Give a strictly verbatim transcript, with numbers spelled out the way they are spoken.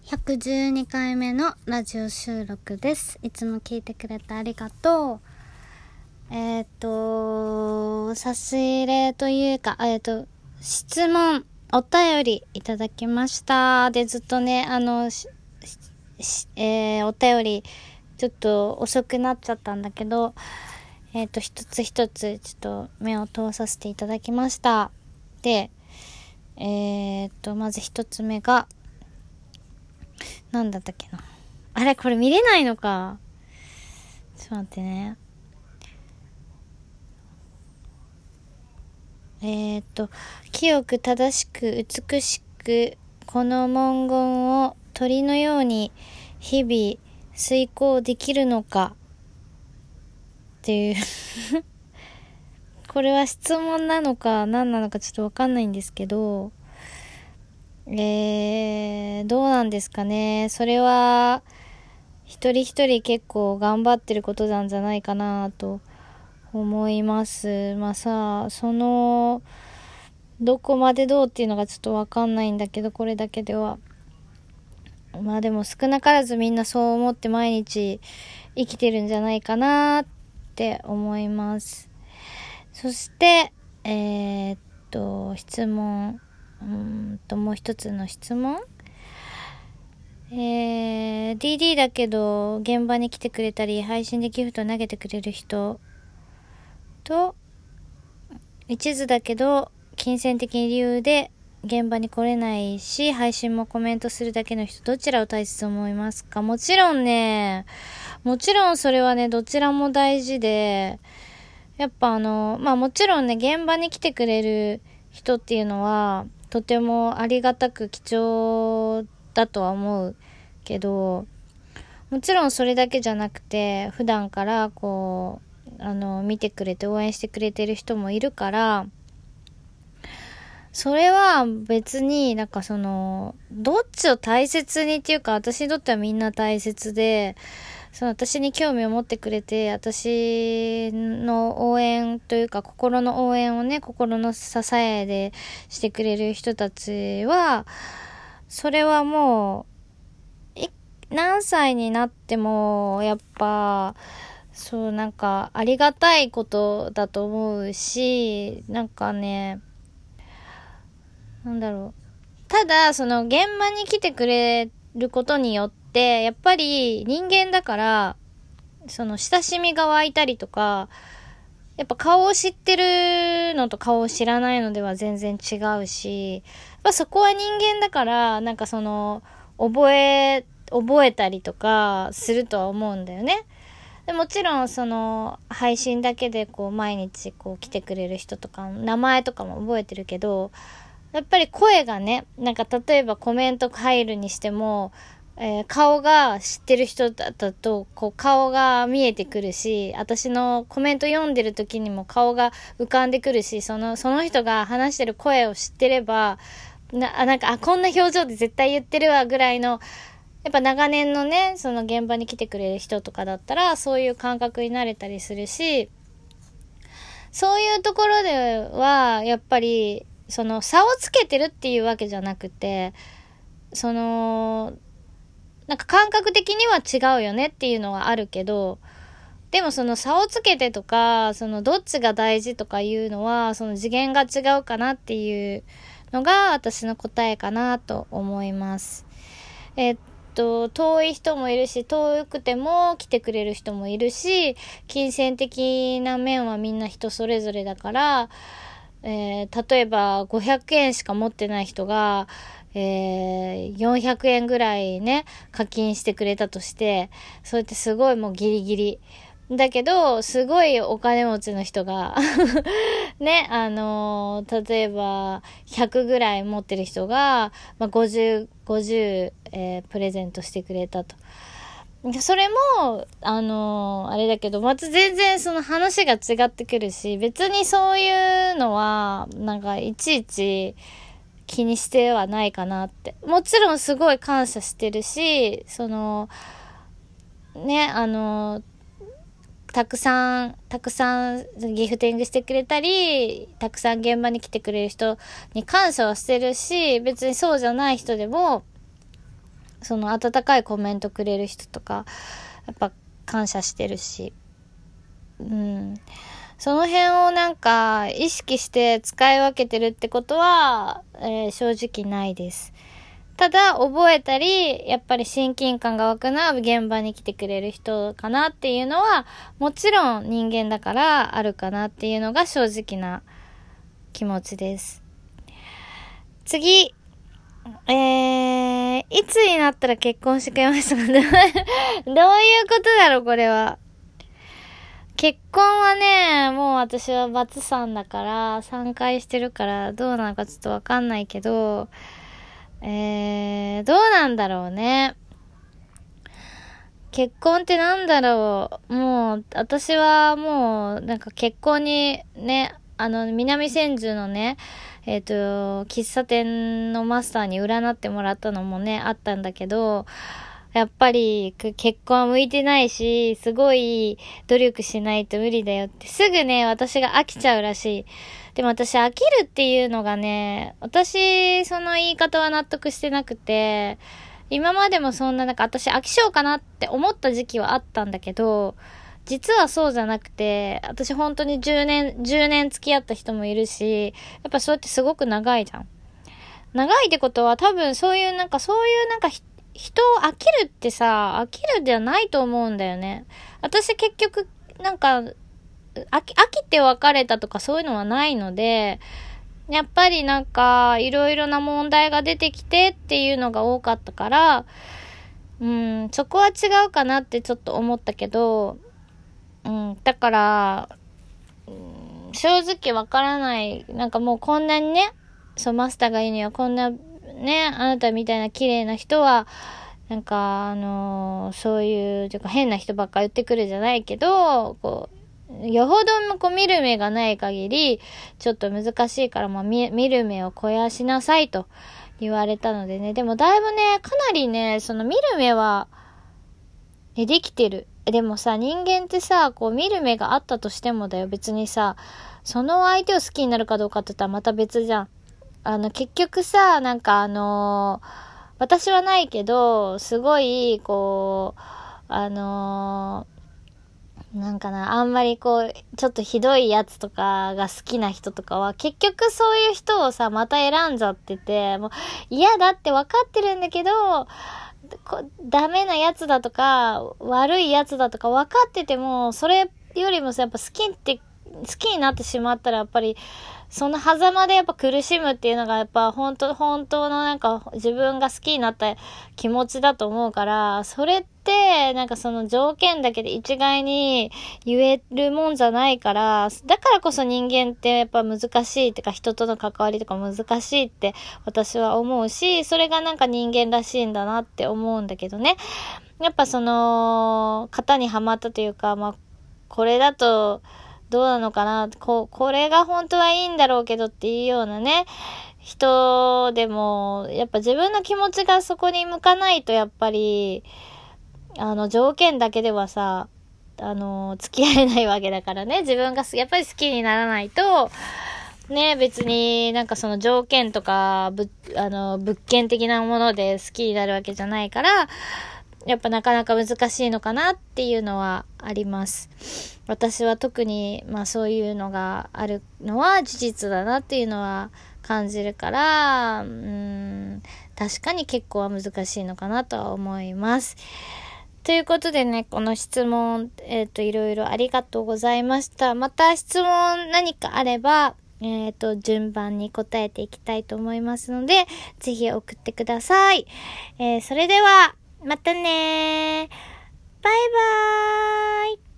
ひゃくじゅうにかいめのラジオ収録です。いつも聞いてくれてありがとう。えっ、ー、と差し入れというか、えっ、ー、と質問お便りいただきましたで、ずっとねあのえー、お便りちょっと遅くなっちゃったんだけど、えっ、ー、と一つ一つちょっと目を通させていただきました。で、えっ、ー、とまず一つ目がなんだったっけな。あれこれ見れないのか。ちょっと待ってね。えー、っと清く正しく美しくこの文言を鳥のように日々遂行できるのかっていうこれは質問なのか何なのかちょっとわかんないんですけど、えー、どうなんですかね。それは一人一人結構頑張ってることなんじゃないかなと思います。まあさ、そのどこまでどうっていうのがちょっとわかんないんだけど、これだけではまあでも少なからずみんなそう思って毎日生きてるんじゃないかなって思います。そしてえー、っと質問うーんともう一つの質問、えー、ディーディー だけど現場に来てくれたり配信でギフト投げてくれる人と、一途だけど金銭的理由で現場に来れないし配信もコメントするだけの人、どちらを大切と思いますか？もちろんねもちろんそれはねどちらも大事で、やっぱあのまあもちろんね現場に来てくれる人っていうのはとてもありがたく貴重だとは思うけど、もちろんそれだけじゃなくて普段からこうあの見てくれて応援してくれてる人もいるから、それは別になんかそのどっちを大切にっていうか、私にとってはみんな大切で、その私に興味を持ってくれて私の応援というか心の応援をね心の支えでしてくれる人たちは、それはもう何歳になってもやっぱそうなんかありがたいことだと思うし、なんかねなんだろう、ただその現場に来てくれることによってやっぱり人間だからその親しみが湧いたりとか、やっぱ顔を知ってるのと顔を知らないのでは全然違うし、やっぱそこは人間だからなんかその覚え覚えたりとかするとは思うんだよね。でもちろんその配信だけでこう毎日こう来てくれる人とか名前とかも覚えてるけど、やっぱり声がねなんか例えばコメント入るにしても、えー、顔が知ってる人だとこう顔が見えてくるし、私のコメント読んでる時にも顔が浮かんでくるし、そのその人が話してる声を知ってればな、なんかあこんな表情で絶対言ってるわぐらいの、やっぱ長年のねその現場に来てくれる人とかだったらそういう感覚になれたりするし、そういうところではやっぱりその差をつけてるっていうわけじゃなくて、そのなんか感覚的には違うよねっていうのはあるけど、でもその差をつけてとかそのどっちが大事とかいうのはその次元が違うかなっていうのが私の答えかなと思います。えっと遠い人もいるし遠くても来てくれる人もいるし、金銭的な面はみんな人それぞれだから、えー、例えばごひゃくえんしか持ってない人が、えー、よんひゃくえんぐらいね課金してくれたとして、それってすごいもうギリギリだけど、すごいお金持ちの人がねあのー、例えばひゃくぐらい持ってる人が、まあ、ごじゅう、ごじゅう、えー、プレゼントしてくれたと。それもあのー、あれだけどまた全然その話が違ってくるし、別にそういうのはなんかいちいち気にしてはないかなって。もちろんすごい感謝してるし、そのねあのー、たくさんたくさんギフティングしてくれたりたくさん現場に来てくれる人に感謝はしてるし、別にそうじゃない人でもその温かいコメントくれる人とか、やっぱ感謝してるし、うん。その辺をなんか意識して使い分けてるってことは、えー、正直ないです。ただ覚えたり、やっぱり親近感が湧くな現場に来てくれる人かなっていうのは、もちろん人間だからあるかなっていうのが正直な気持ちです。次、えー、いつになったら結婚してくれましたか？どういうことだろうこれは。結婚はね、もう私はバツさんだから、さんかいしてるからどうなのかちょっとわかんないけど、えー、どうなんだろうね。結婚ってなんだろう。もう、私はもう、なんか結婚にね、あの、南千住のね、えっと、喫茶店のマスターに占ってもらったのもね、あったんだけど、やっぱり結婚は向いてないし、すごい努力しないと無理だよって、すぐね、私が飽きちゃうらしい。でも私飽きるっていうのがね、私、その言い方は納得してなくて、今までもそんな、なんか私飽き性かなって思った時期はあったんだけど、実はそうじゃなくて、私本当にじゅうねん、じゅうねん付き合った人もいるし、やっぱそうやってすごく長いじゃん。長いってことは多分そういうなんかそういうなんか人を飽きるってさ、飽きるではないと思うんだよね。私結局なんか飽き、飽きて別れたとかそういうのはないので、やっぱりなんかいろいろな問題が出てきてっていうのが多かったから、うん、そこは違うかなってちょっと思ったけど、うん、だから、うん、正直わからない。なんかもうこんなにね、そうマスターが言うにはこんなね、あなたみたいな綺麗な人は、なんかあのー、そういう、てか変な人ばっか言ってくるじゃないけど、こう、よほどのこう見る目がない限り、ちょっと難しいから、まあ見、見る目を肥やしなさいと言われたのでね。でもだいぶね、かなりね、その見る目は、ね、できてる。でもさ、人間ってさ、こう見る目があったとしてもだよ。別にさ、その相手を好きになるかどうかって言ったらまた別じゃん。あの、結局さ、なんかあのー、私はないけど、すごい、こう、あのー、なんかな、あんまりこう、ちょっとひどいやつとかが好きな人とかは、結局そういう人をさ、また選んじゃってて、もう嫌だって分かってるんだけど、こダメなやつだとか、悪いやつだとか分かってても、それよりもさ、やっぱ好きって、好きになってしまったら、やっぱり、その狭間でやっぱ苦しむっていうのがやっぱ本当、本当のなんか自分が好きになった気持ちだと思うから、それってなんかその条件だけで一概に言えるもんじゃないから、だからこそ人間ってやっぱ難しいってか人との関わりとか難しいって私は思うし、それがなんか人間らしいんだなって思うんだけどね。やっぱその型にはまったというか、まあこれだとどうなのかな、こ、これが本当はいいんだろうけどっていうようなね、人でも、やっぱ自分の気持ちがそこに向かないと、やっぱり、あの、条件だけではさ、あの、付き合えないわけだからね、自分がやっぱり好きにならないと、ね、別になんかその条件とか、ぶ、あの、物件的なもので好きになるわけじゃないから、やっぱなかなか難しいのかなっていうのはあります。私は特にまあそういうのがあるのは事実だなっていうのは感じるから、うーん、確かに結構は難しいのかなとは思います。ということでね、この質問、えっと、いろいろありがとうございました。また質問何かあれば、えっと、順番に答えていきたいと思いますので、ぜひ送ってください。えー、それでは、またねー。バイバーイ。